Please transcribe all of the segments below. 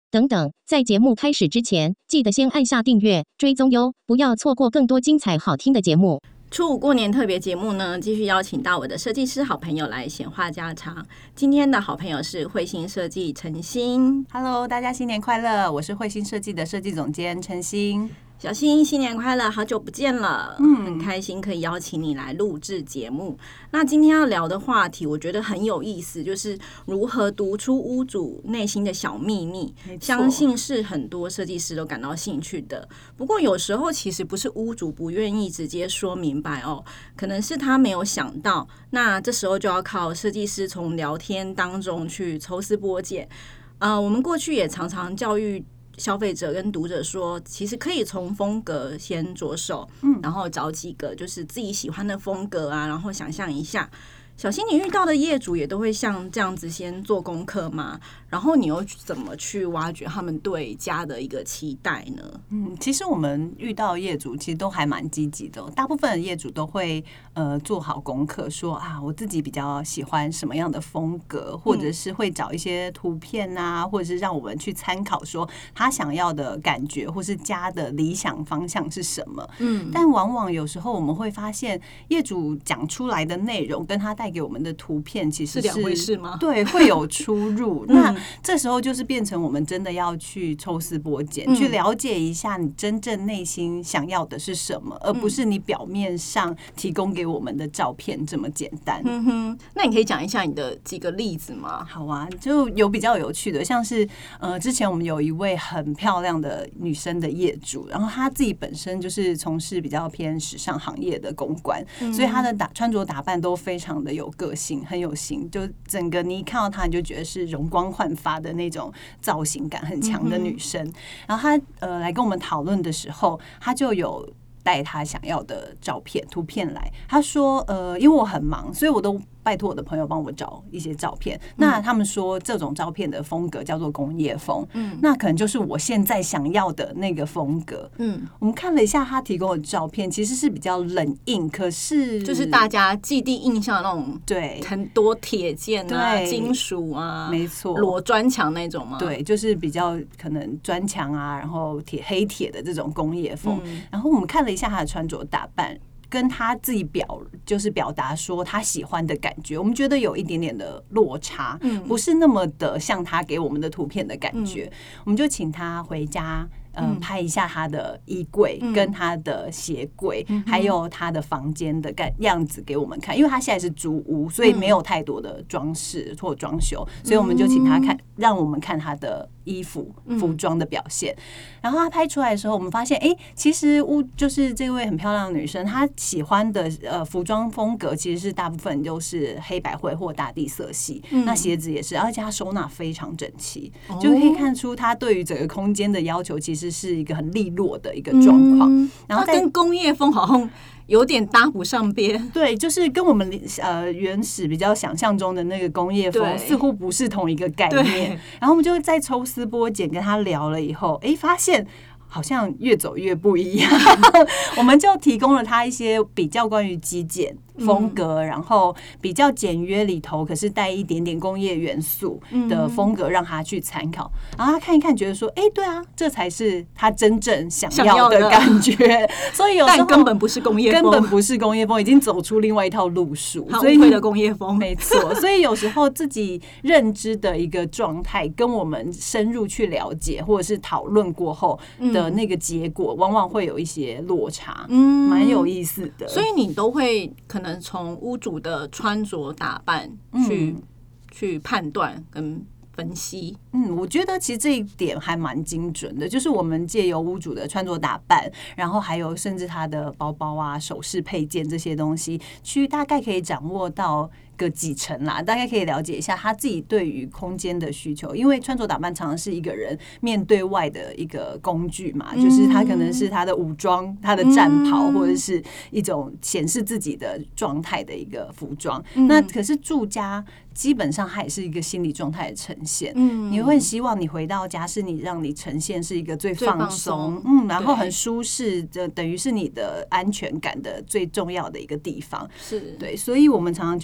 等等。在节目开始之前，记得先按下订阅、追踪哟，不要错过更多精彩好听的节目。 初五过年特别节目呢，继续邀请到我的设计师好朋友来闲话家常。今天的好朋友是慧心设计陈欣。 Hello， 大家新年快乐！我是慧心设计的设计总监陈欣。 小新，新年快乐！好久不见了，很开心可以邀请你来录制节目。那今天要聊的话题，我觉得很有意思，就是如何读出屋主内心的小秘密。相信是很多设计师都感到兴趣的。不过有时候其实不是屋主不愿意直接说明白哦，可能是他没有想到。那这时候就要靠设计师从聊天当中去抽丝剥茧。我们过去也常常教育消费者跟读者说，其实可以从风格先着手，然后找几个就是自己喜欢的风格啊，然后想象一下。小新，你遇到的业主也都会像这样子先做功课吗？然后你又怎么去挖掘他们对家的一个期待呢？ 其实我们遇到业主其实都还蛮积极的，大部分的业主都会做好功课，说啊我自己比较喜欢什么样的风格，或者是会找一些图片啊，或者是让我们去参考说他想要的感觉或是家的理想方向是什么。但往往有时候我们会发现业主讲出来的内容跟他带给我们的图片其实是两回事吗？ 对，会有出入。那这时候就是变成我们真的要去抽丝剥茧，去了解一下你真正内心想要的是什么，而不是你表面上提供给我们的照片这么简单。 那你可以讲一下你的几个例子吗？ 好啊，就有比较有趣的，像是之前我们有一位很漂亮的女生的业主，然后她自己本身就是从事比较偏时尚行业的公关，所以她的穿着打扮都非常的有个性，很有型，就整个你一看到她，你就觉得是容光焕发的那种造型感很强的女生。然后她来跟我们讨论的时候，她就有带她想要的照片、图片来。她说，因为我很忙，所以我都拜托我的朋友帮我找一些照片。那他们说这种照片的风格叫做工业风，那可能就是我现在想要的那个风格。我们看了一下他提供的照片，其实是比较冷硬，可是就是大家既定印象的那种， 对， 很多铁件啊、金属啊， 没错， 裸砖墙那种吗？ 对，就是比较可能砖墙啊，然后黑铁的这种工业风。然后我们看了一下他的穿着打扮，跟他自己就是表达说他喜欢的感觉，我们觉得有一点点的落差，不是那么的像他给我们的图片的感觉。我们就请他回家拍一下他的衣柜跟他的鞋柜，还有他的房间的样子给我们看。因为他现在是租屋，所以没有太多的装饰或装修，所以我们就请他看，让我们看他的衣服服装的表现。然后他拍出来的时候，我们发现其实就是这位很漂亮的女生，她喜欢的服装风格其实是大部分就是黑白灰或大地色系，那鞋子也是，而且她收纳非常整齐，就可以看出她对于整个空间的要求其实是一个很利落的一个状况。然后跟工业风好像有点搭不上边， 对，就是跟我们原始比较想象中的那个工业风似乎不是同一个概念。然后我们就再抽丝剥茧跟他聊了以后，发现好像越走越不一样。我们就提供了他一些比较关于极简风格，然后比较简约里头可是带一点点工业元素的风格让他去参考。然后他看一看觉得说对啊，这才是他真正想要的感觉。所以有时候但根本不是工业风， 根本不是工业风，已经走出另外一套路数， 所以的工业风没错。所以有时候自己认知的一个状态跟我们深入去了解或者是讨论过后的那个结果往往会有一些落差，蛮有意思的。 所以你都会可能从屋主的穿着打扮去判断跟分析。 我觉得其实这一点还蛮精准的，就是我们借由屋主的穿着打扮，然后还有甚至他的包包啊、首饰配件这些东西，去大概可以掌握到个几成啦，大概可以了解一下他自己对于空间的需求。因为穿着打扮常常是一个人面对外的一个工具嘛，就是他可能是他的武装、他的战袍，或者是一种显示自己的状态的一个服装。那可是住家基本上它也是一个心理状态的呈现。你会希望你回到家是你让你呈现是一个最放松，然后很舒适的，等于是你的安全感的最重要的一个地方。 是对， 所以我们常常就会借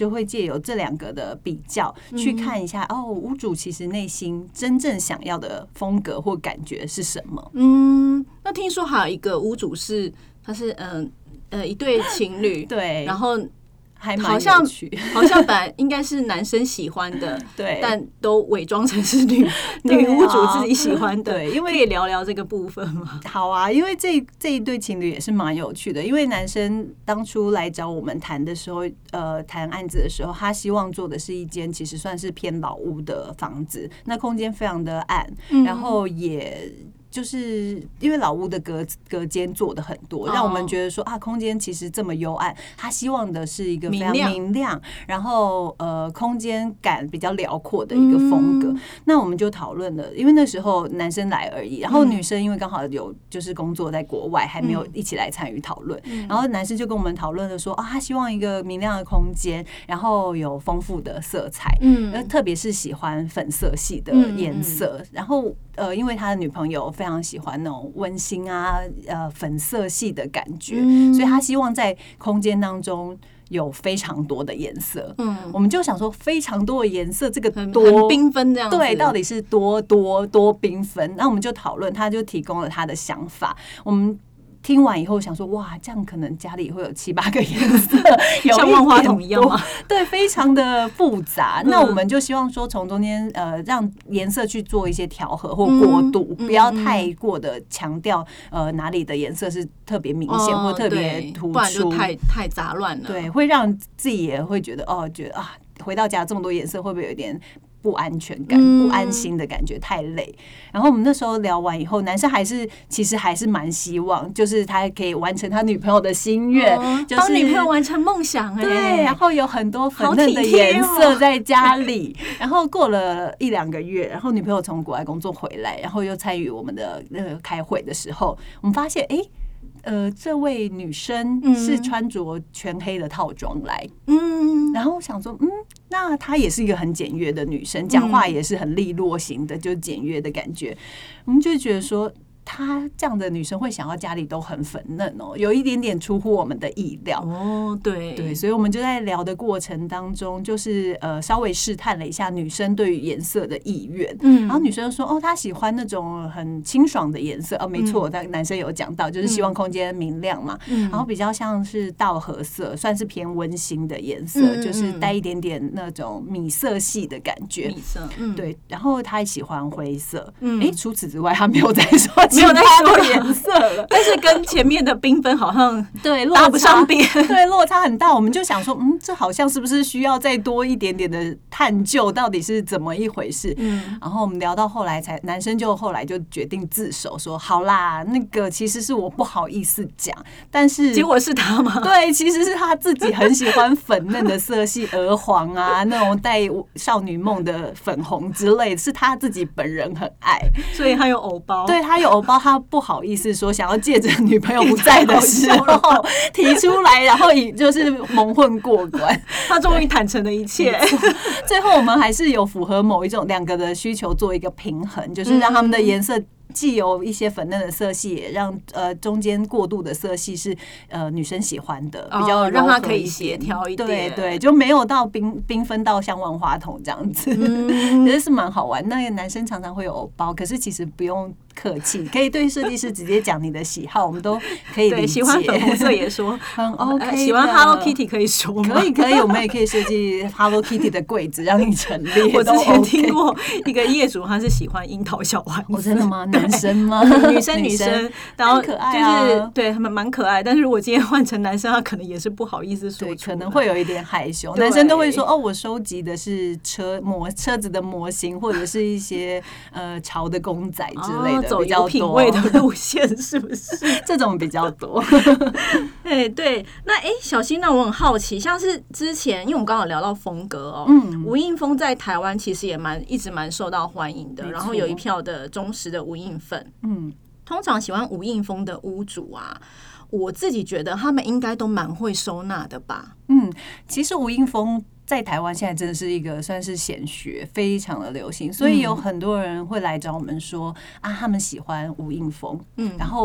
由这2个的比较，去看一下屋主其实内心真正想要的风格或感觉是什么。 那听说还有一个屋主他是一对情侣， 对， 然后还蛮有趣， 好像本来应该是男生喜欢的， 对， 但都伪装成是女屋主自己喜欢的。 对，因为可以聊聊这个部分吗？ 好啊，因为这一对情侣也是蛮有趣的。因为男生当初来找我们谈的时候，谈案子的时候，他希望做的是一间其实算是偏老屋的房子，那空间非常的暗，然后也就是因为老屋的隔间做的很多，让我们觉得说空间其实这么幽暗，他希望的是一个非常明亮，然后空间感比较辽阔的一个风格。那我们就讨论了，因为那时候男生来而已，然后女生因为刚好有就是工作在国外，还没有一起来参与讨论，然后男生就跟我们讨论了说他希望一个明亮的空间，然后有丰富的色彩，特别是喜欢粉色系的颜色，然后因为他的女朋友非常喜欢那种温馨粉色系的感觉，所以他希望在空间当中有非常多的颜色。我们就想说非常多的颜色，这个多很缤纷这样子， 对，到底是多缤纷？那我们就讨论，他就提供了他的想法，我们听完以后想说，哇，这样可能家里会有7、8个颜色， 像万花筒一样吗？ 对，非常的复杂。那我们就希望说，从中间让颜色去做一些调和或过渡，不要太过的强调哪里的颜色是特别明显或特别突出， 不然就太杂乱了。 对，会让自己也会觉得回到家这么多颜色，会不会有点不安全感、不安心的感觉，太累。然后我们那时候聊完以后，男生其实还是蛮希望，就是他可以完成他女朋友的心愿，就是帮女朋友完成梦想。 对，然后有很多粉嫩的颜色在家里。然后过了1、2个月，然后女朋友从国外工作回来，然后又参与我们的开会的时候，我们发现这位女生是穿着全黑的套装来，然后想说，那她也是一个很简约的女生，讲话也是很利落型的，就简约的感觉，我们就觉得说，她这样的女生会想要家里都很粉嫩有一点点出乎我们的意料。对，所以我们就在聊的过程当中，就是稍微试探了一下女生对于颜色的意愿。然后女生说，她喜欢那种很清爽的颜色。没错，但男生有讲到，就是希望空间明亮嘛。然后比较像是稻荷色，算是偏温馨的颜色，就是带一点点那种米色系的感觉。 米色， 对。然后他也喜欢灰色。除此之外，他没有再说。 没有在说颜色了， 但是跟前面的缤纷好像对搭不上边， 对，落差很大。我们就想说，这好像是不是需要再多一点点的探究，到底是怎么一回事？然后我们聊到后来男生后来就决定自首，说好啦，那个其实是我不好意思讲，但是结果是他吗？ 对，其实是他自己很喜欢粉嫩的色系，鹅黄那种带少女梦的粉红之类，是他自己本人很爱， 所以他有偶包， 对，他有偶包，他不好意思说，想要借着女朋友不在的时候提出来，然后就是蒙混过关。 他终于坦诚了一切。 最后我们还是有符合某一种2个的需求，做一个平衡，就是让他们的颜色既有一些粉嫩的色系，也让中间过渡的色系是女生喜欢的，比较让它可以协调一点。 对，就没有到缤纷到像万花筒这样子，其实是蛮好玩。那个男生常常会有偶包，可是其实不用客气，可以对设计师直接讲你的喜好，我们都可以理解。 对，喜欢粉红色也说很 OK， 喜欢 Hello Kitty 可以说吗？ 可以，我们也可以设计 Hello Kitty 的柜子让你陈列。 我之前听过一个业主，他是喜欢樱桃小丸子。 真的吗？男生吗？ 女生，然后就是对蛮可爱。但是如果今天换成男生，他可能也是不好意思说出来， 可能会有一点害羞。男生都会说我收集的是车子的模型，或者是一些潮的公仔之类的， 走有品味的路线是不是？ 这种比较多。 对。那小新，那我很好奇，像是之前因为我们刚好聊到风格无印风在台湾其实也一直蛮受到欢迎的，然后有一票的忠实的无印粉。通常喜欢无印风的屋主我自己觉得他们应该都蛮会收纳的吧。 其实无印风在台湾现在真的是一个算是显学，非常的流行，所以有很多人会来找我们说他们喜欢无印风。然后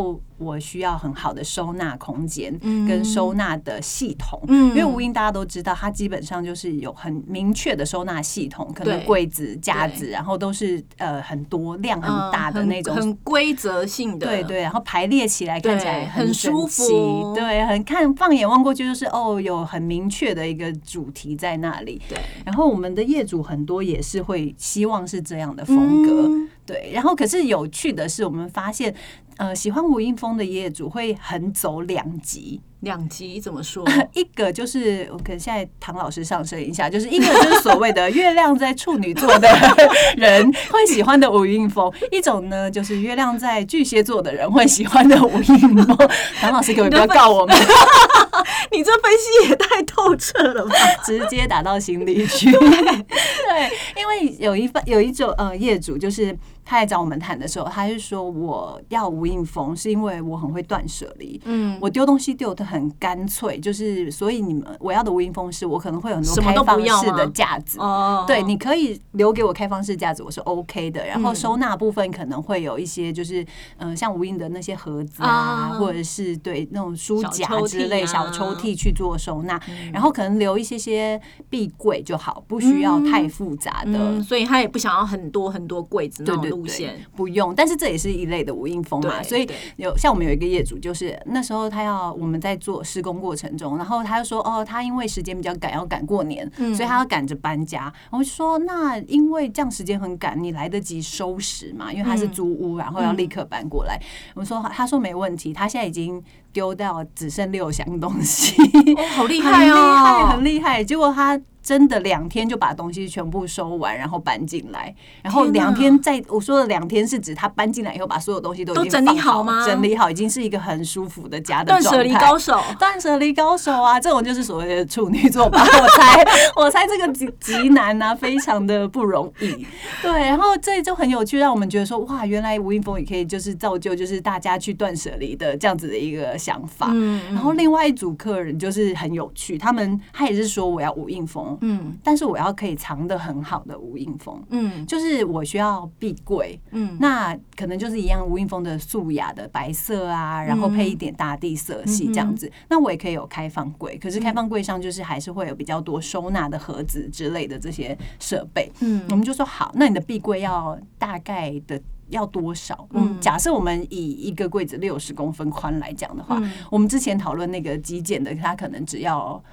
我需要很好的收纳空间跟收纳的系统，因为无印大家都知道，它基本上就是有很明确的收纳系统，可能柜子、架子，然后都是很多量很大的那种， 很规则性的， 对，然后排列起来看起来很舒服， 对，很放眼望过去就是有很明确的一个主题在那里， 对。 然后我们的业主很多也是会希望是这样的风格，对。然后可是有趣的是，我们发现喜欢无印风的业主会很走2极。 2极怎么说？ 一个就是我可能现在唐老师上升一下，就是一个就是所谓的月亮在处女座的人会喜欢的无印风，一种呢就是月亮在巨蟹座的人会喜欢的无印风。唐老师可不可以不要告我们？ 你这分析也太透彻了吧！ 直接打到心里去。对，因为有一种业主，就是他来找我们谈的时候，他就说我要无印风，是因为我很会断舍离。我丢东西丢得很干脆，就是所以我要的无印风是我可能会有很多开放式的架子。对，你可以留给我开放式架子，我是 OK 的。然后收纳部分可能会有一些，就是像无印的那些盒子啊，或者是对那种书夹之类小抽屉去做收纳，然后可能留一些壁柜就好，不需要太复杂的。 所以他也不想要很多很多柜子那种路线， 不用。但是这也是一类的无印风嘛，所以像我们有一个业主，就是那时候我们在做施工过程中，然后他就说他因为时间比较赶，要赶过年，所以他要赶着搬家。我就说那因为这样时间很赶，你来得及收拾嘛？因为他是租屋，然后要立刻搬过来。他说没问题，他现在已经丢掉只剩6箱东西， 好厉害哦， 很厉害。结果他真的2天就把东西全部收完，然后搬进来。然后2天我说的2天是指他搬进来以后，把所有东西都已经整理好吗？ 整理好，已经是一个很舒服的家的状态。 断舍离高手， 断舍离高手啊！这种就是所谓的处女座吧？我猜这个极难啊，非常的不容易。对，然后这就很有趣，让我们觉得说哇，原来无印风也可以就是造就就是大家去断舍离的这样子的一个想法。然后另外一组客人就是很有趣，他也是说我要无印风。但是我要可以藏得很好的无印风，就是我需要壁柜，那可能就是一样无印风的素雅的白色啊，然后配一点大地色系这样子。那我也可以有开放柜，可是开放柜上就是还是会有比较多收纳的盒子之类的这些设备。我们就说好，那你的壁柜要大概的要多少？假设我们以一个柜子60公分宽来讲的话，我们之前讨论那个极简的，它可能只要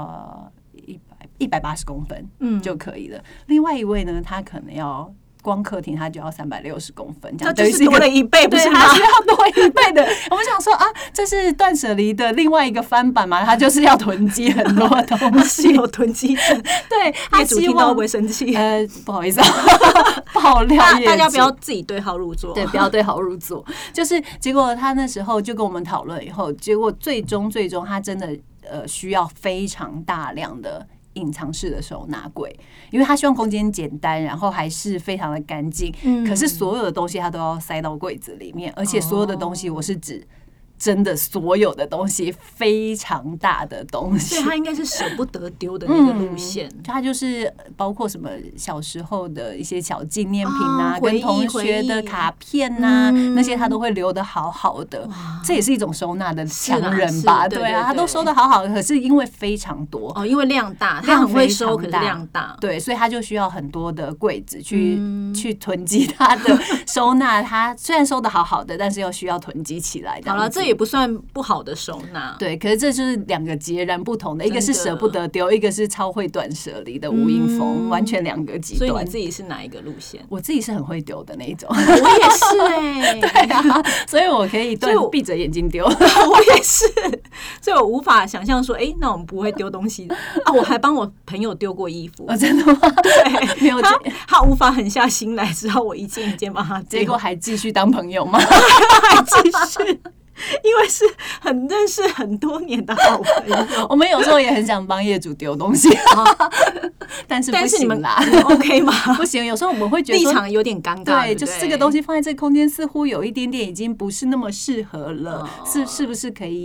180公分就可以了。另外一位呢，他可能要光客厅他就要360公分，这样那就是多了1倍，不是吗？ 他是要多1倍的。我们想说啊，这是断舍离的另外一个翻版嘛，他就是要囤积很多东西， 有囤积症。 对， 业主听到会不会生气？ 不好意思，爆料大家不要自己对号入座， 对，不要对号入座。就是结果他那时候就跟我们讨论以后，结果最终他真的需要非常大量的隐藏式的收纳柜，因为他希望空间简单，然后还是非常的干净。可是所有的东西他都要塞到柜子里面，而且所有的东西我是指真的所有的东西，非常大的东西， 所以他应该是舍不得丢的那个路线。 他就是包括什么小时候的一些小纪念品啊，跟同学的卡片啊，那些他都会留得好好的。这也是一种收纳的强人吧？对啊，他都收得好好的，可是因为非常多因为量大，他很会收，可是量大， 对，所以他就需要很多的柜子去囤积他的收纳。他虽然收得好好的，但是又需要囤积起来。 好了，这也不算不好的收纳， 对。可是这就是2个截然不同的，一个是舍不得丢，一个是超会断舍离的无印风，完全2个极端。 所以你自己是哪一个路线？ 我自己是很会丢的那一种， 我也是对啊，所以我可以闭着眼睛丢。 我也是，所以我无法想象说，那我们不会丢东西啊！我还帮我朋友丢过衣服， 真的吗？ 对，没有他无法狠下心来，只好我一件一件帮他丢， 结果还继续当朋友吗？ 还继续。因为是认识很多年的好朋友， 我们有时候也很想帮业主丢东西，但是不行啦。 你们 OK 吗？ 不行，有时候我们会觉得立场有点尴尬， 对，就是这个东西放在这个空间，似乎有一点点已经不是那么适合了，是不是可以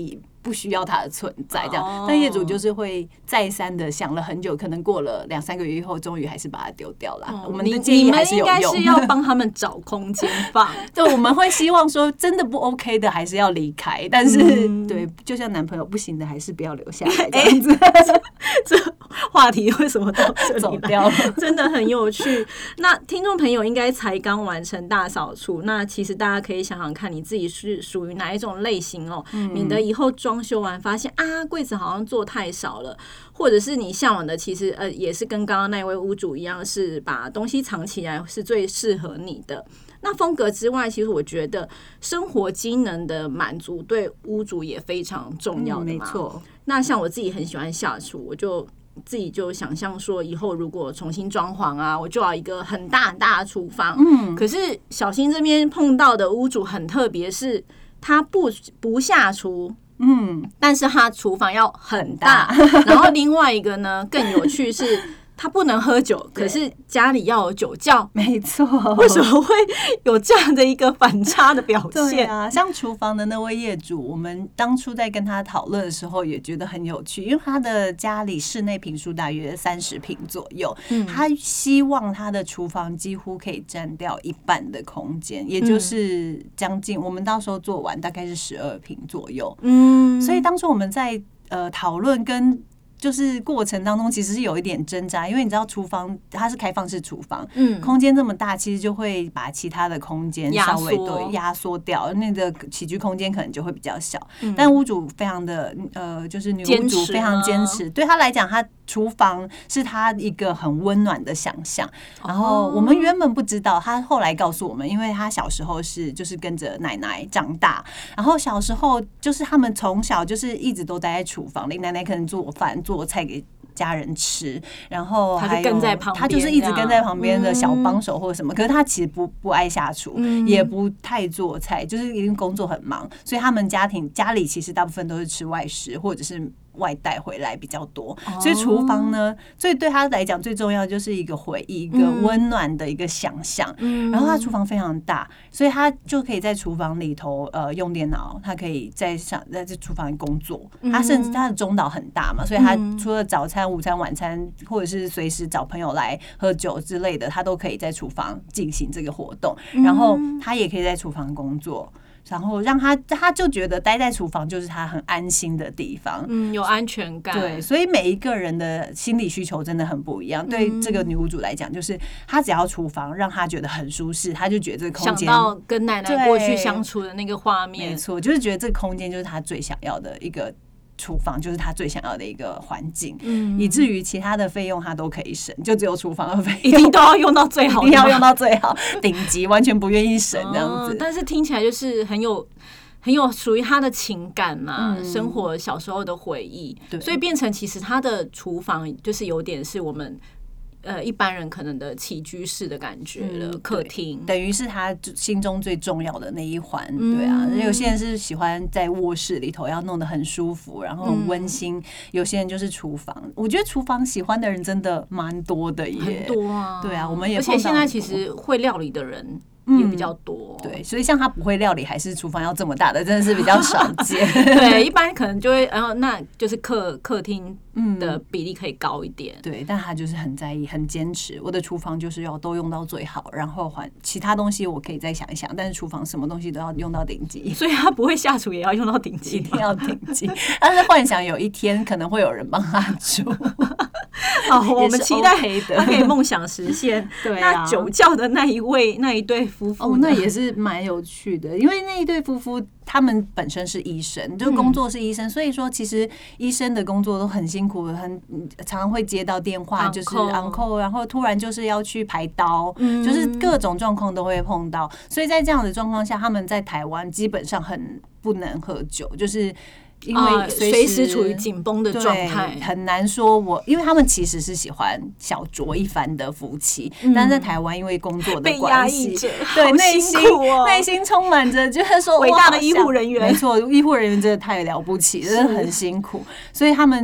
不需要它的存在这样。但业主就是会再三的想了很久，可能过了2-3个月以后，终于还是把它丢掉了。我们的建议还是有用， 你们应该是要帮他们找空间放。 对，我们会希望说真的不 OK 的还是要离开，但是对，就像男朋友不行的还是不要留下来这样子。 这话题为什么到这里走掉了？ 真的很有趣。那听众朋友应该才刚完成大扫除，那其实大家可以想想看你自己是属于哪一种类型哦，免得以后装修完发现啊柜子好像做太少了，或者是你向往的其实也是跟刚刚那位屋主一样，是把东西藏起来是最适合你的。那风格之外，其实我觉得生活机能的满足对屋主也非常重要的嘛。 没错。 那像我自己很喜欢下厨，我就自己就想象说，以后如果重新装潢啊，我就要一个很大很大的厨房。可是小新这边碰到的屋主很特别，是他不下厨。但是他厨房要很大。然后另外一个呢，更有趣是。他不能喝酒，可是家里要有酒窖。 没错， 为什么会有这样的一个反差的表现？ 对啊，像厨房的那位业主，我们当初在跟他讨论的时候，也觉得很有趣，因为他的家里室内坪数大约30坪左右，他希望他的厨房几乎可以占掉1半的空间，也就是将近我们到时候做完大概是12坪左右。所以当初我们在讨论跟就是过程当中其实是有一点挣扎，因为你知道厨房它是开放式厨房，空间这么大，其实就会把其他的空间稍微压缩掉，那个起居空间可能就会比较小。但屋主非常的就是女屋主非常坚持，对他来讲，他厨房是他一个很温暖的想象。然后我们原本不知道，他后来告诉我们，因为他小时候就是跟着奶奶长大，然后小时候就是他们从小就是一直都待在厨房里，奶奶可能做饭做菜给家人吃，然后还有他就跟在旁边， 他就是一直跟在旁边的小帮手或者什么。可是他其实不爱下厨，也不太做菜，就是因为工作很忙，所以他们家里其实大部分都是吃外食或者是外带回来比较多，所以厨房呢，所以对他来讲最重要的就是一个回忆，一个温暖的一个想象。然后他厨房非常大，所以他就可以在厨房里头用电脑，他可以在这厨房工作。他甚至他的中岛很大嘛，所以他除了早餐、午餐、晚餐，或者是随时找朋友来喝酒之类的，他都可以在厨房进行这个活动。然后他也可以在厨房工作。然后让他就觉得待在厨房就是他很安心的地方， 有安全感。 对，所以每一个人的心理需求真的很不一样。对这个女屋主来讲，就是她只要厨房让她觉得很舒适，她就觉得这个空间想到跟奶奶过去相处的那个画面， 没错，就是觉得这个空间就是她最想要的一个。厨房就是他最想要的一个环境，以至于其他的费用他都可以省，就只有厨房的费用一定都要用到最好， 一定要用到最好，顶级，完全不愿意省这样子。 但是听起来就是很有属于他的情感嘛，生活小时候的回忆，所以变成其实他的厨房就是有点是我们。一般人可能的起居室的感觉了，客厅等于是他心中最重要的那一环，对啊。有些人是喜欢在卧室里头要弄得很舒服，然后很温馨；有些人就是厨房。我觉得厨房喜欢的人真的蛮多的耶， 很多啊。 对啊，我们也而且现在其实会料理的人。也比较多， 对，所以像他不会料理，还是厨房要这么大的，真的是比较少见。 对，一般可能就会，然后那就是客厅的比例可以高一点。 对，但他就是很在意，很坚持。我的厨房就是要都用到最好，然后其他东西我可以再想一想，但是厨房什么东西都要用到顶级。 所以他不会下厨也要用到顶级， 一定要顶级。但是幻想有一天可能会有人帮他煮。 好，我们期待他可以梦想实现。 对啊，那酒窖的那一对夫妇， 那也是蛮有趣的，因为那一对夫妇他们本身是医生，就工作是医生，所以说其实医生的工作都很辛苦，常常会接到电话，就是 on call， 然后突然就是要去排刀，就是各种状况都会碰到，所以在这样的状况下，他们在台湾基本上很不能喝酒，就是因为随时处于紧绷的状态， 很难说因为他们其实是喜欢小酌一番的夫妻，但在台湾因为工作的关系，对内心充满着就是说伟大的医护人员， 没错，医护人员真的太了不起，真的很辛苦，所以他们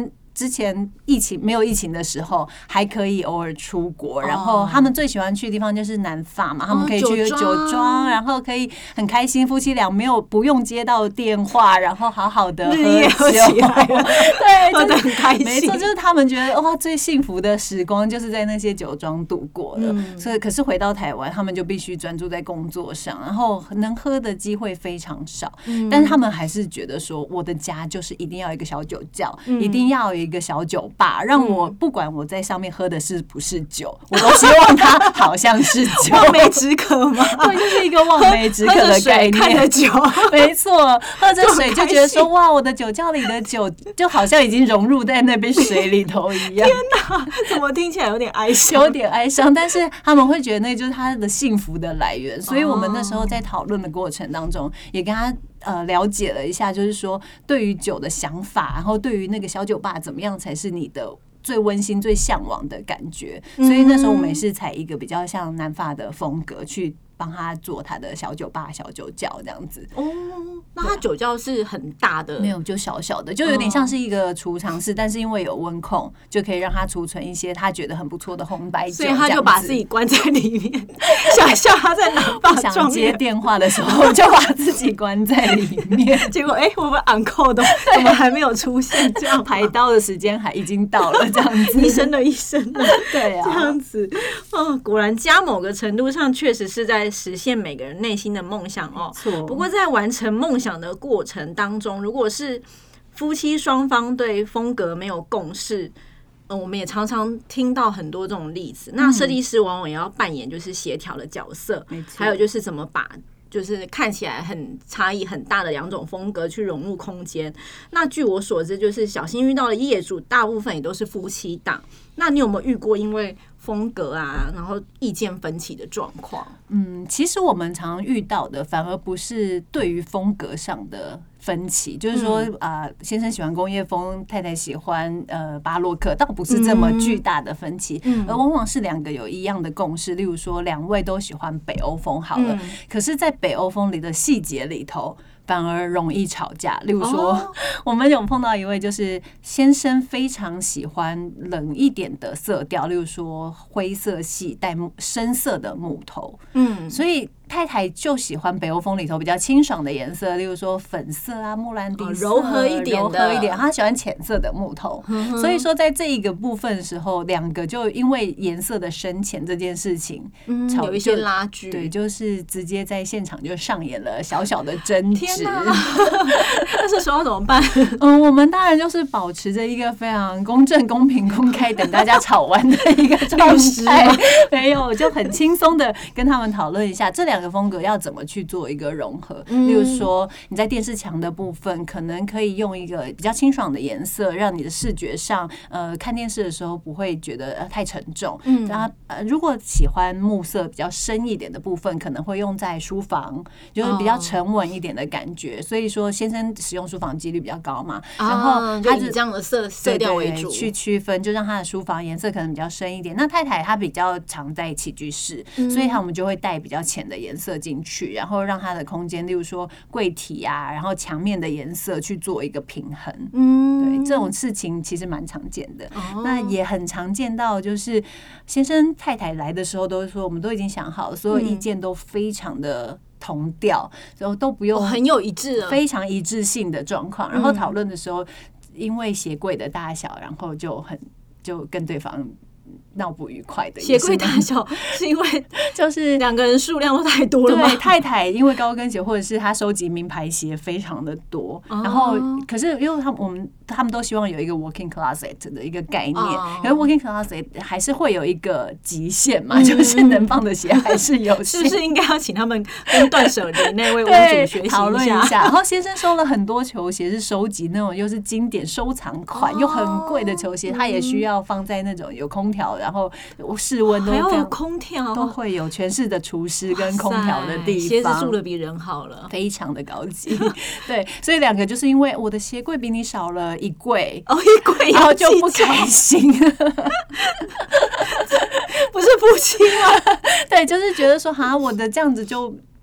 之前没有疫情的时候，还可以偶尔出国，然后他们最喜欢去的地方就是南法嘛，他们可以去酒庄，然后可以很开心，夫妻俩不用接到电话，然后好好的喝酒，对， 喝得很开心。 没错，就是他们觉得哇，最幸福的时光就是在那些酒庄度过了。所以，可是回到台湾，他们就必须专注在工作上，然后能喝的机会非常少。但是他们还是觉得说，我的家就是一定要有一个小酒窖，一定要有一个小酒吧，让我不管我在上面喝的是不是酒，我都希望它好像是酒。 望梅止渴吗？ 对，就是一个望梅止渴的概念。 看着酒， 没错，喝着水就觉得说，哇，我的酒窖里的酒就好像已经融入在那杯水里头一样。 天哪，怎么听起来有点哀伤？ 有点哀伤，但是他们会觉得那就是他的幸福的来源。所以我们那时候在讨论的过程当中，也跟他了解了一下，就是说对于酒的想法，然后对于那个小酒吧怎么样才是你的最温馨、最向往的感觉。所以那时候我们也是采一个比较像南法的风格去帮他做他的小酒吧、小酒窖这样子。 那他酒窖是很大的？ 没有，就小小的，就有点像是一个储藏室，但是因为有温控，就可以让他储存一些他觉得很不错的红白酒， 所以他就把自己关在里面。想象他在南法想接电话的时候，就把自己关在里面。 结果我们昂扣的怎么还没有出现？这样排刀的时间还已经到了，这样子一生了， 对啊， 这样子果然家某个程度上确实是在实现每个人内心的梦想哦。不过在完成梦想的过程当中，如果是夫妻双方对风格没有共识，我们也常常听到很多这种例子。那设计师往往也要扮演就是协调的角色，还有就是怎么把就是看起来很差异很大的两种风格去融入空间。那据我所知，就是小新遇到的业主大部分也都是夫妻档。那你有没有遇过因为风格啊，然后意见分歧的状况？ 其实我们常遇到的反而不是对于风格上的分歧，就是说先生喜欢工业风，太太喜欢巴洛克，倒不是这么巨大的分歧，而往往是两个有一样的共识，例如说两位都喜欢北欧风好了，可是在北欧风里的细节里头反而容易吵架。例如说我们有碰到一位就是先生非常喜欢冷一点的色调，例如说灰色系带深色的木头，所以太太就喜欢北欧风里头比较清爽的颜色，例如说粉色啊、莫兰迪色， 柔和一点的。 他喜欢浅色的木头，所以说在这一个部分的时候，两个就因为颜色的深浅这件事情， 有一些拉锯。 对，就是直接在现场就上演了小小的争执。 天哪！那这时候怎么办？ 我们当然就是保持着一个非常公正、公平、公开，等大家吵完的一个状态。没有，就很轻松的跟他们讨论一下这两个风格要怎么去做一个融合。例如说，你在电视墙的部分，可能可以用一个比较清爽的颜色，让你的视觉上，看电视的时候不会觉得太沉重。然后，如果喜欢木色比较深一点的部分，可能会用在书房，就是比较沉稳一点的感觉。所以说，先生使用书房几率比较高嘛，然后他以这样的色调为主去区分，就让他的书房颜色可能比较深一点。那太太她比较常在起居室，所以我们就会带比较浅的颜色进去，然后让他的空间，例如说柜体啊，然后墙面的颜色去做一个平衡。对，这种事情其实蛮常见的。那也很常见到，就是先生太太来的时候都说，我们都已经想好了，所有意见都非常的同调，然后都不用很有一致了， 非常一致性的状况。然后讨论的时候，因为鞋柜的大小，然后就跟对方闹不愉快的。 鞋柜大小是因为就是两个人数量都太多了吗？ 对，太太因为高跟鞋或者是她收集名牌鞋非常的多，然后可是因为他们都希望有一个 walking closet 的一个概念，可是 walking closet 还是会有一个极限嘛，就是能放的鞋还是有限。 是不是应该要请他们跟断舍离那位屋主学习讨论一下？然后先生收了很多球鞋，是收集那种又是经典收藏款又很贵的球鞋，他也需要放在那种有空调，然后室温都还要有空调， 都会有全室的厨师跟空调的地方， 鞋子住的比人好了， 非常的高级。对，所以两个就是因为我的鞋柜比你少了一柜， 一柜， 然后就不开心。 不是夫妻吗？ 对，就是觉得说，我的这样子就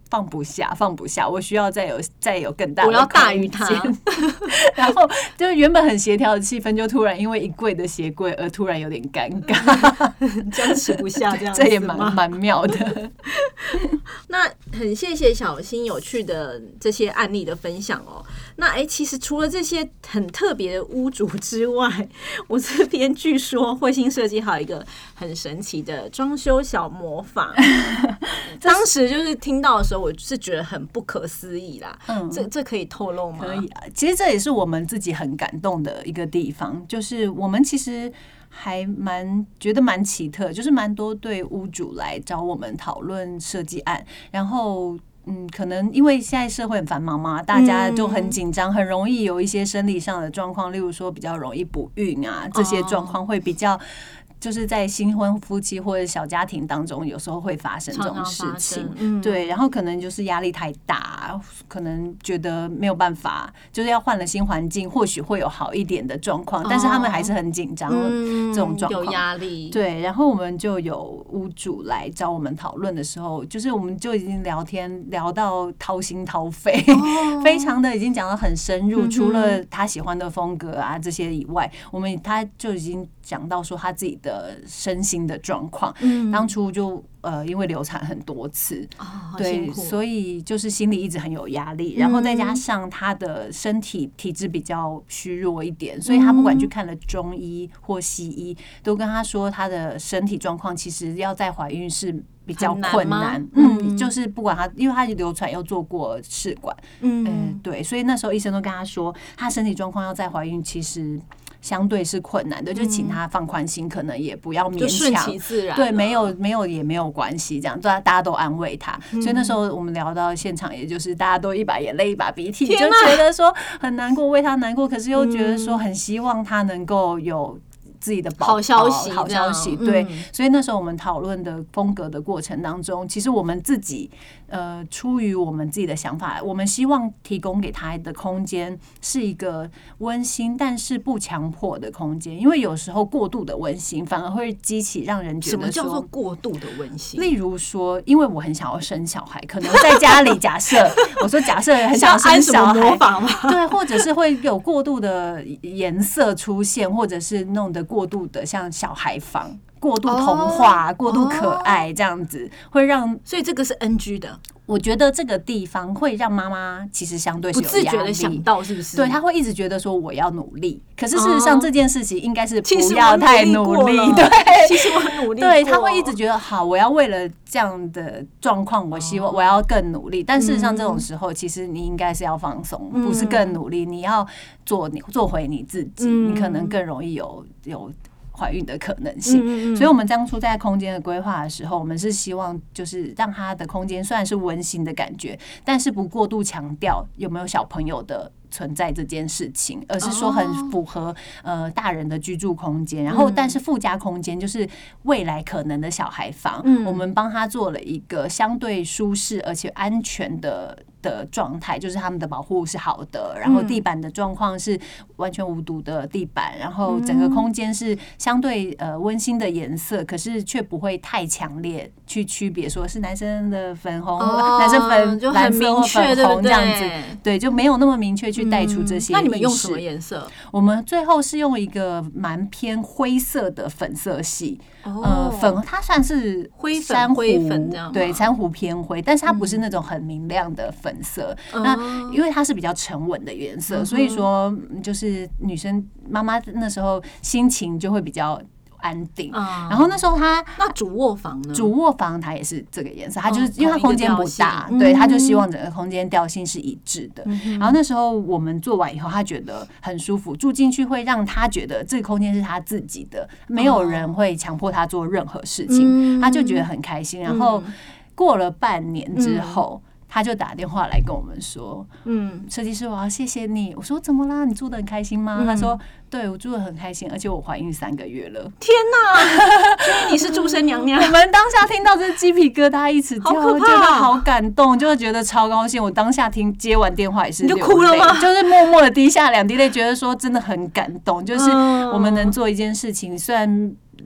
放不下，我需要再有更大的空间， 我要大于他。 然后就原本很协调的气氛，就突然因为一柜的鞋柜而突然有点尴尬， 僵持不下这样子， 这也蛮妙的。 那很谢谢小新有趣的这些案例的分享哦。那其实除了这些很特别的屋主之外，我这边据说慧馨设计还有一个很神奇的装修小魔法。当时就是听到的时候，我是觉得很不可思议啦。这可以透露吗？ 可以啊，其实这也是我们自己很感动的一个地方，就是我们其实还觉得蛮奇特，就是蛮多对屋主来找我们讨论设计案，然后可能因为现在社会很繁忙嘛，大家就很紧张，很容易有一些生理上的状况，例如说比较容易不孕啊，这些状况会比较。就是在新婚夫妻或者小家庭当中，有时候会发生这种事情，对，然后可能就是压力太大，可能觉得没有办法，就是要换了新环境，或许会有好一点的状况，但是他们还是很紧张这种状况， 有压力， 对，然后我们就有屋主来找我们讨论的时候，就是我们就已经聊到掏心掏肺，非常的已经讲到很深入，除了他喜欢的风格啊这些以外，他就已经讲到说他自己的身心的状况，当初就因为流产很多次，对，所以就是心里一直很有压力，然后再加上他的身体体质比较虚弱一点，所以他不管去看了中医或西医，都跟他说他的身体状况其实要再怀孕是比较困难，就是不管他，因为他流产又做过试管，对，所以那时候医生都跟他说，他身体状况要再怀孕其实相对是困难的，就请他放宽心，可能也不要勉强， 顺其自然， 对，没有也没有关系，这样大家都安慰他。所以那时候我们聊到现场，也就是大家都一把眼泪一把鼻涕，就觉得说很难过，为他难过，可是又觉得说很希望他能够有自己的好消息， 对，所以那时候我们讨论的风格的过程当中，其实我们自己出于我们自己的想法，我们希望提供给他的空间是一个温馨但是不强迫的空间，因为有时候过度的温馨反而会激起让人觉得说， 什么叫做过度的温馨？ 例如说，因为我很想要生小孩，可能在家里假设很想生小孩，对，或者是会有过度的颜色出现，或者是弄得过度的像小孩房，过度童话，过度可爱这样子，会让， 所以这个是 NG 的。 我觉得这个地方会让妈妈其实相对是有压力， 不自觉的想到，是不是？ 对，她会一直觉得说我要努力，可是事实上这件事情应该是不要太努力，对， 其实我很努力， 对，她会一直觉得好，我要为了这样的状况，我希望我要更努力，但事实上这种时候，其实你应该是要放松，不是更努力，你要做回你自己，你可能更容易有怀孕的可能性，所以我们当初在空间的规划的时候，我们是希望就是让他的空间虽然是温馨的感觉，但是不过度强调有没有小朋友的存在这件事情，而是说很符合大人的居住空间，然后但是附加空间就是未来可能的小孩房，我们帮他做了一个相对舒适而且安全的状态，就是他们的保护是好的，然后地板的状况是完全无毒的地板，然后整个空间是相对温馨的颜色，可是却不会太强烈去区别说是男生的粉红、男生蓝色或粉红这样子，对，就没有那么明确去带出这些。 那你们用什么颜色？ 我们最后是用一个蛮偏灰色的粉色系，粉它算是灰珊瑚粉这样， 对，珊瑚偏灰，但是它不是那种很明亮的粉色。那因为它是比较沉稳的颜色，所以说就是女生妈妈那时候心情就会比较安定。然后那时候那主卧房呢？ 主卧房它也是这个颜色，它就是因为它空间不大，对，他就希望整个空间调性是一致的。然后那时候我们做完以后，他觉得很舒服，住进去会让他觉得这个空间是他自己的，没有人会强迫他做任何事情，他就觉得很开心。然后过了半年之后，他就打电话来跟我们说，设计师，我要谢谢你。我说怎么啦？你住得很开心吗？他说，对，我住得很开心，而且我怀孕3个月了。 天哪！所以你是祝生娘娘。 我们当下听到这鸡皮疙瘩一直跳，觉得好感动，就觉得超高兴。我当下接完电话也是流泪， 你就哭了吗？ 就是默默的滴下2滴泪，觉得说真的很感动。就是我们能做一件事情，虽然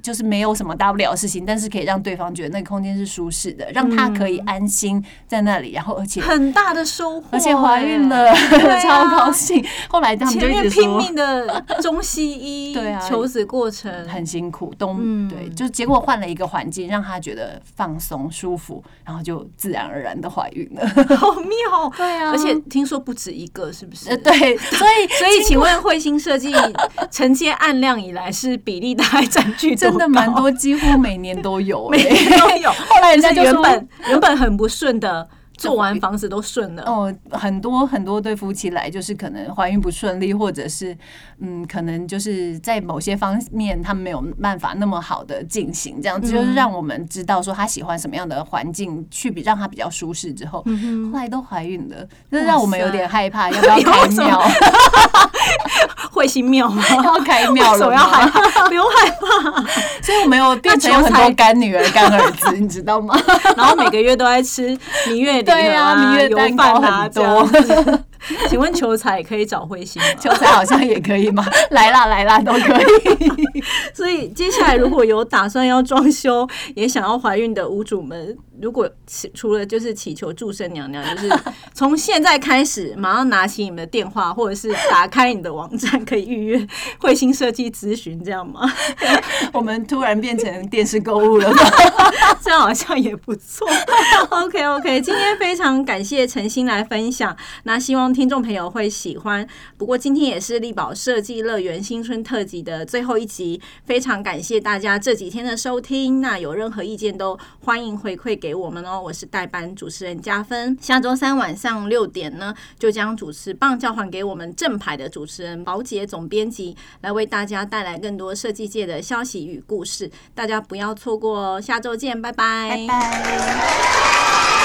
就是没有什么大不了的事情，但是可以让对方觉得那个空间是舒适的，让他可以安心在那里，然后而且很大的收获， 而且怀孕了，超高兴。后来他们就一直说拼命的中西医对啊， 求子过程很辛苦，对，就结果换了一个环境，让他觉得放松舒服，然后就自然而然的怀孕了， 好妙。 对啊， 而且听说不止一个，是不是？ 对，所以请问慧心设计承接案量以来是比例大概占据多高？ 真的蛮多，几乎每年都有， 每年都有。 后来人家就说原本很不顺的。做完房子都顺了哦，很多对夫妻来就是可能怀孕不顺利，或者是可能就是在某些方面他们没有办法那么好的进行，这样子就是让我们知道说他喜欢什么样的环境去让他比较舒适之后，后来都怀孕了，这让我们有点害怕，要不要开庙？ 慧心庙吗？ 要开庙了吗？ 要害怕？不用害怕， 所以我们有变成有很多干女儿、干儿子，你知道吗？ 然后每个月都在吃蜜月礼对啊，蜜月蛋糕很多。 请问求财可以找慧心吗？ 求财好像也可以吗？来啦都可以。 所以接下来如果有打算要装修，也想要怀孕的屋主们，如果除了就是祈求祝生娘娘，就是从现在开始马上拿起你们的电话，或者是打开你的网站，可以预约慧心设计咨询，这样吗？ 我们突然变成电视购物了吗？ 这样好像也不错。OK， 今天非常感谢陈心来分享，那希望听众朋友会喜欢。不过今天也是力宝设计乐园新春特辑的最后一集，非常感谢大家这几天的收听。那有任何意见都欢迎回馈给我们哦。我是代班主持人嘉芬，下周3晚上6点呢，就将主持棒交还给我们正牌的主持人宝姐总编辑，来为大家带来更多设计界的消息与故事，大家不要错过哦。下周见，拜拜， 拜拜。